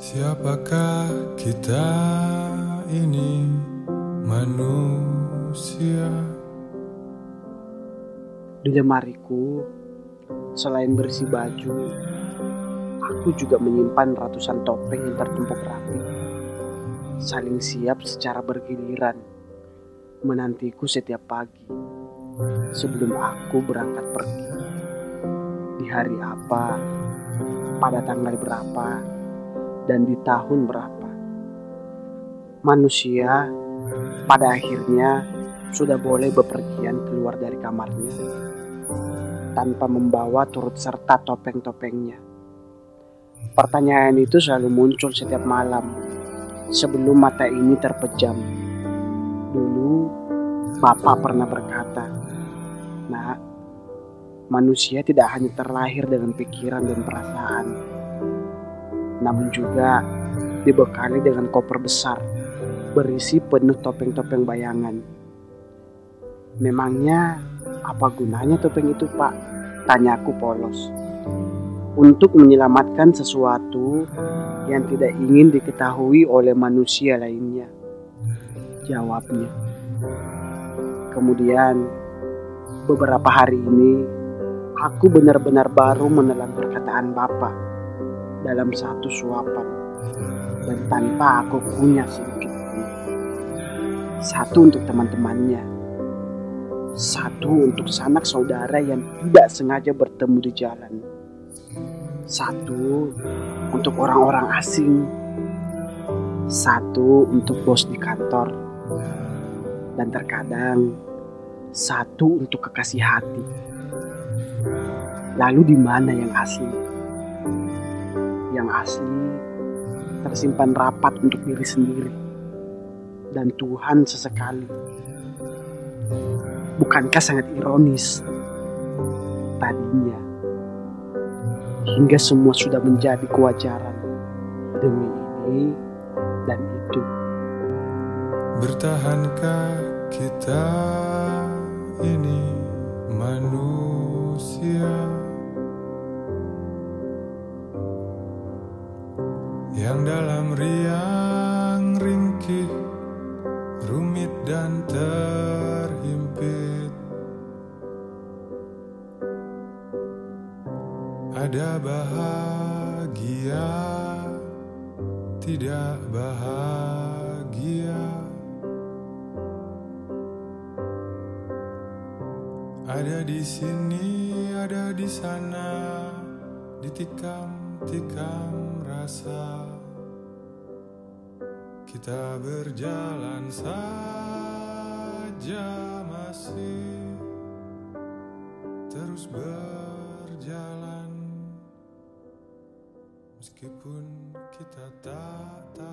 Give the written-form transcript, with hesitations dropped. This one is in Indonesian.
Siapakah kita ini manusia? Di lemariku, selain berisi baju, aku juga menyimpan ratusan topeng yang tertumpuk rapi, saling siap secara bergiliran, menantiku setiap pagi sebelum aku berangkat pergi. Di hari apa, pada tanggal berapa, dan di tahun berapa. Manusia pada akhirnya sudah boleh bepergian keluar dari kamarnya tanpa membawa turut serta topeng-topengnya. Pertanyaan itu selalu muncul setiap malam sebelum mata ini terpejam. Dulu Bapak pernah berkata, "Nak, manusia tidak hanya terlahir dengan pikiran dan perasaan, namun juga dibekali dengan koper besar berisi penuh topeng-topeng bayangan." "Memangnya apa gunanya topeng itu, Pak?" tanyaku polos. "Untuk menyelamatkan sesuatu yang tidak ingin diketahui oleh manusia lainnya," jawabnya. Kemudian beberapa hari ini aku benar-benar baru menelan perkataan Bapak dalam satu suapan dan tanpa aku kunyah sedikit pun. Satu untuk teman-temannya, satu untuk sanak saudara yang tidak sengaja bertemu di jalan, satu untuk orang-orang asing, satu untuk bos di kantor, dan terkadang satu untuk kekasih hati. Lalu di mana yang asli? Yang asli tersimpan rapat untuk diri sendiri dan Tuhan sesekali. Bukankah sangat ironis? Tadinya, hingga semua sudah menjadi kewajaran demi ini dan itu. Bertahankah kita ini manusia yang dalam riang ringkih, rumit dan terhimpit ada bahagia, tidak bahagia, ada di sini, ada di sana, ditikam-tikam rasa. Kita berjalan saja, masih terus berjalan, meskipun kita tak tahu